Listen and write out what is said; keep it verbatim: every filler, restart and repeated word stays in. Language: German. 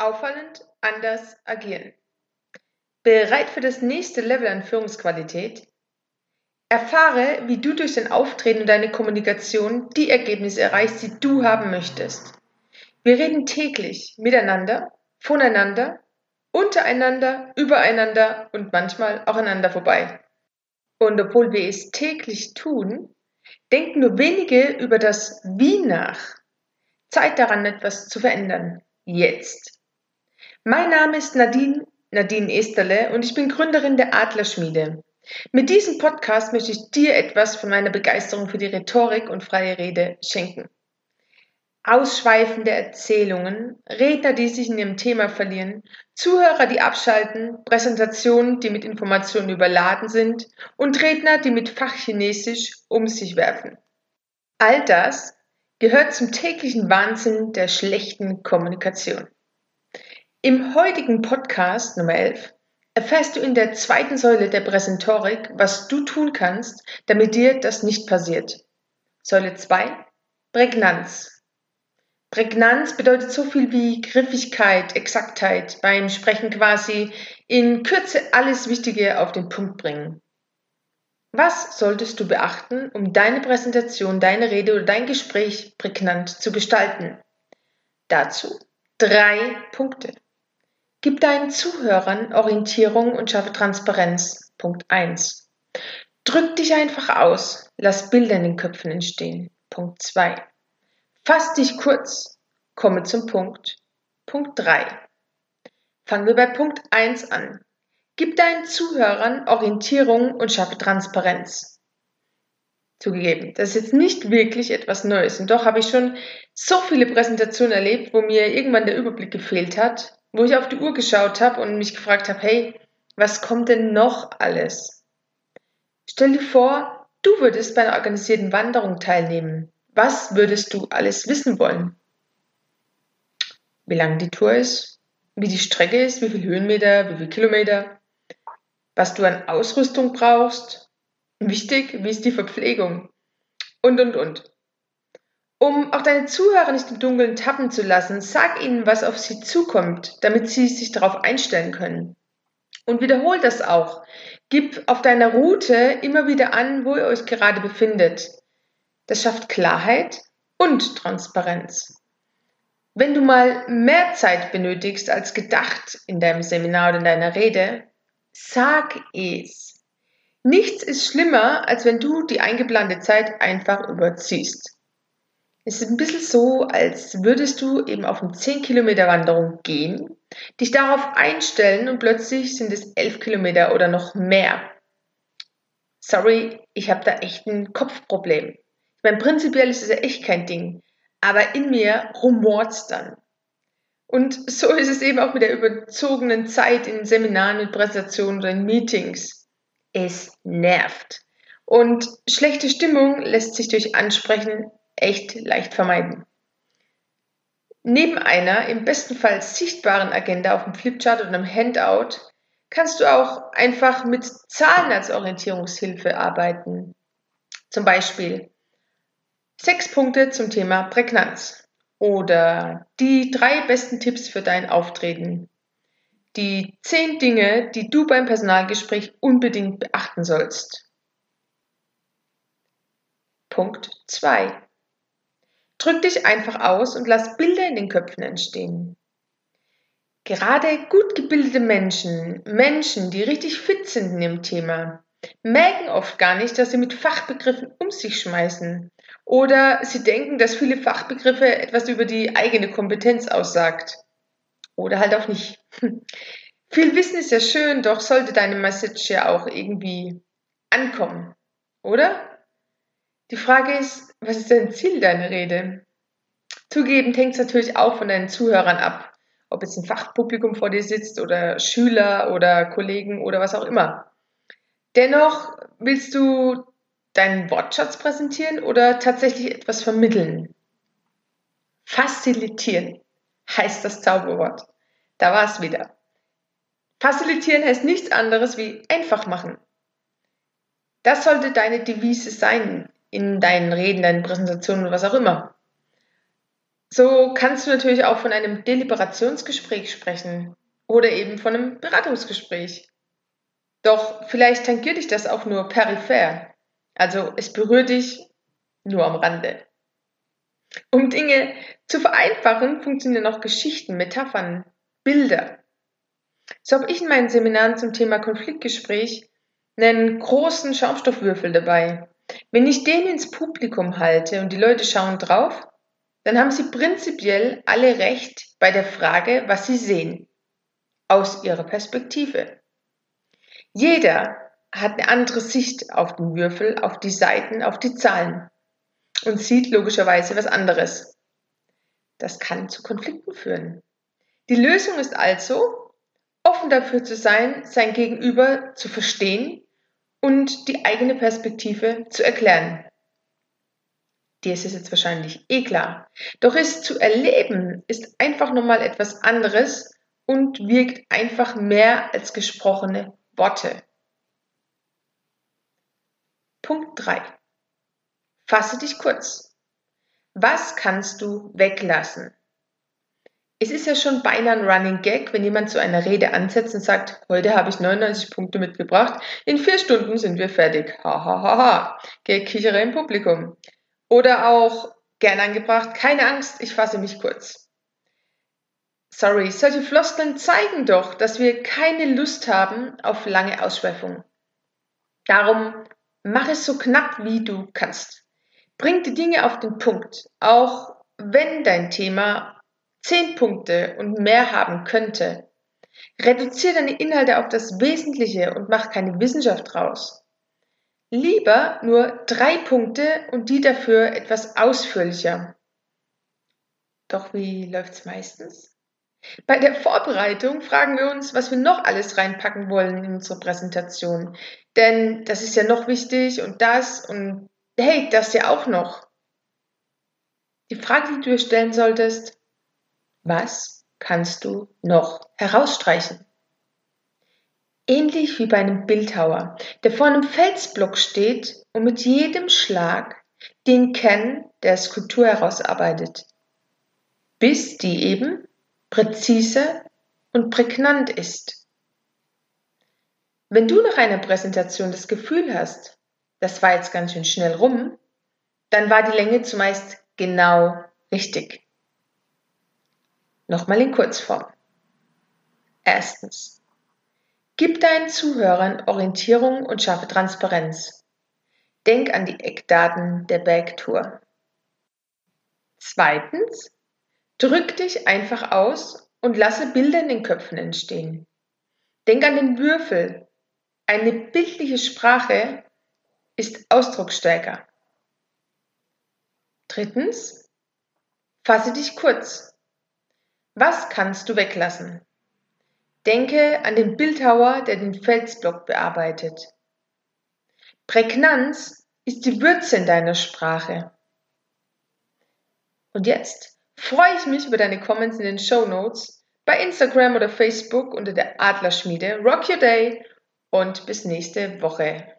Auffallend anders agieren. Bereit für das nächste Level an Führungsqualität? Erfahre, wie du durch dein Auftreten und deine Kommunikation die Ergebnisse erreichst, die du haben möchtest. Wir reden täglich miteinander, voneinander, untereinander, übereinander und manchmal auch aneinander vorbei. Und obwohl wir es täglich tun, denken nur wenige über das Wie nach. Zeit daran, etwas zu verändern. Jetzt. Mein Name ist Nadine, Nadine Esterle und ich bin Gründerin der Adlerschmiede. Mit diesem Podcast möchte ich dir etwas von meiner Begeisterung für die Rhetorik und freie Rede schenken. Ausschweifende Erzählungen, Redner, die sich in ihrem Thema verlieren, Zuhörer, die abschalten, Präsentationen, die mit Informationen überladen sind und Redner, die mit Fachchinesisch um sich werfen. All das gehört zum täglichen Wahnsinn der schlechten Kommunikation. Im heutigen Podcast Nummer elf erfährst du in der zweiten Säule der Präsentorik, was du tun kannst, damit dir das nicht passiert. Säule zwei, Prägnanz. Prägnanz bedeutet so viel wie Griffigkeit, Exaktheit, beim Sprechen quasi in Kürze alles Wichtige auf den Punkt bringen. Was solltest du beachten, um deine Präsentation, deine Rede oder dein Gespräch prägnant zu gestalten? Dazu drei Punkte. Gib deinen Zuhörern Orientierung und schaffe Transparenz. Punkt eins. Drück dich einfach aus, lass Bilder in den Köpfen entstehen. Punkt zwei. Fass dich kurz, komme zum Punkt. Punkt drei. Fangen wir bei Punkt eins an. Gib deinen Zuhörern Orientierung und schaffe Transparenz. Zugegeben, das ist jetzt nicht wirklich etwas Neues. Und doch habe ich schon so viele Präsentationen erlebt, wo mir irgendwann der Überblick gefehlt hat, wo ich auf die Uhr geschaut habe und mich gefragt habe, hey, was kommt denn noch alles? Stell dir vor, du würdest bei einer organisierten Wanderung teilnehmen. Was würdest du alles wissen wollen? Wie lang die Tour ist, wie die Strecke ist, wie viele Höhenmeter, wie viele Kilometer, was du an Ausrüstung brauchst. Wichtig, wie ist die Verpflegung? Und, und, und. Um auch deine Zuhörer nicht im Dunkeln tappen zu lassen, sag ihnen, was auf sie zukommt, damit sie sich darauf einstellen können. Und wiederhol das auch. Gib auf deiner Route immer wieder an, wo ihr euch gerade befindet. Das schafft Klarheit und Transparenz. Wenn du mal mehr Zeit benötigst als gedacht in deinem Seminar oder in deiner Rede, sag es. Nichts ist schlimmer, als wenn du die eingeplante Zeit einfach überziehst. Es ist ein bisschen so, als würdest du eben auf eine zehn Kilometer Wanderung gehen, dich darauf einstellen und plötzlich sind es elf Kilometer oder noch mehr. Sorry, ich habe da echt ein Kopfproblem. Ich meine, prinzipiell ist es ja echt kein Ding, aber in mir rumort's dann. Und so ist es eben auch mit der überzogenen Zeit in Seminaren, in Präsentationen oder in Meetings. Es nervt. Und schlechte Stimmung lässt sich durch Ansprechen echt leicht vermeiden. Neben einer im besten Fall sichtbaren Agenda auf dem Flipchart oder einem Handout kannst du auch einfach mit Zahlen als Orientierungshilfe arbeiten. Zum Beispiel sechs Punkte zum Thema Prägnanz oder die drei besten Tipps für dein Auftreten. Die zehn Dinge, die du beim Personalgespräch unbedingt beachten sollst. Punkt zwei. Drück dich einfach aus und lass Bilder in den Köpfen entstehen. Gerade gut gebildete Menschen, Menschen, die richtig fit sind in dem Thema, merken oft gar nicht, dass sie mit Fachbegriffen um sich schmeißen. Oder sie denken, dass viele Fachbegriffe etwas über die eigene Kompetenz aussagt. Oder halt auch nicht. Viel Wissen ist ja schön, doch sollte deine Message ja auch irgendwie ankommen. Oder? Die Frage ist, was ist dein Ziel deiner Rede? Zugegeben hängt es natürlich auch von deinen Zuhörern ab, ob jetzt ein Fachpublikum vor dir sitzt oder Schüler oder Kollegen oder was auch immer. Dennoch willst du deinen Wortschatz präsentieren oder tatsächlich etwas vermitteln? Facilitieren heißt das Zauberwort. Da war es wieder. Facilitieren heißt nichts anderes wie einfach machen. Das sollte deine Devise sein in deinen Reden, deinen Präsentationen oder was auch immer. So kannst du natürlich auch von einem Deliberationsgespräch sprechen oder eben von einem Beratungsgespräch. Doch vielleicht tangiert dich das auch nur peripher. Also es berührt dich nur am Rande. Um Dinge zu vereinfachen, funktionieren auch Geschichten, Metaphern, Bilder. So habe ich in meinen Seminaren zum Thema Konfliktgespräch einen großen Schaumstoffwürfel dabei. Wenn ich den ins Publikum halte und die Leute schauen drauf, dann haben sie prinzipiell alle recht bei der Frage, was sie sehen, aus ihrer Perspektive. Jeder hat eine andere Sicht auf den Würfel, auf die Seiten, auf die Zahlen und sieht logischerweise was anderes. Das kann zu Konflikten führen. Die Lösung ist also, offen dafür zu sein, sein Gegenüber zu verstehen und die eigene Perspektive zu erklären. Dir ist es jetzt wahrscheinlich eh klar. Doch es zu erleben ist einfach nochmal etwas anderes und wirkt einfach mehr als gesprochene Worte. Punkt drei. Fasse dich kurz. Was kannst du weglassen? Es ist ja schon beinahe ein Running Gag, wenn jemand zu einer Rede ansetzt und sagt, heute habe ich neunundneunzig Punkte mitgebracht, in vier Stunden sind wir fertig. Ha ha ha ha. Gekichere im Publikum. Oder auch, gern angebracht, keine Angst, ich fasse mich kurz. Sorry, solche Floskeln zeigen doch, dass wir keine Lust haben auf lange Ausschweifungen. Darum mach es so knapp, wie du kannst. Bring die Dinge auf den Punkt, auch wenn dein Thema zehn Punkte und mehr haben könnte. Reduziere deine Inhalte auf das Wesentliche und mach keine Wissenschaft draus. Lieber nur drei Punkte und die dafür etwas ausführlicher. Doch wie läuft's meistens? Bei der Vorbereitung fragen wir uns, was wir noch alles reinpacken wollen in unsere Präsentation. Denn das ist ja noch wichtig und das und hey, das ja auch noch. Die Frage, die du dir stellen solltest, was kannst du noch herausstreichen? Ähnlich wie bei einem Bildhauer, der vor einem Felsblock steht und mit jedem Schlag den Kern der Skulptur herausarbeitet, bis die eben präzise und prägnant ist. Wenn du nach einer Präsentation das Gefühl hast, das war jetzt ganz schön schnell rum, dann war die Länge zumeist genau richtig. Nochmal in Kurzform. Erstens. Gib deinen Zuhörern Orientierung und schaffe Transparenz. Denk an die Eckdaten der Bergtour. Zweitens. Drück dich einfach aus und lasse Bilder in den Köpfen entstehen. Denk an den Würfel. Eine bildliche Sprache ist ausdrucksstärker. Drittens. Fasse dich kurz. Was kannst du weglassen? Denke an den Bildhauer, der den Felsblock bearbeitet. Prägnanz ist die Würze in deiner Sprache. Und jetzt freue ich mich über deine Comments in den Shownotes, bei Instagram oder Facebook unter der Adlerschmiede. Rock your day und bis nächste Woche.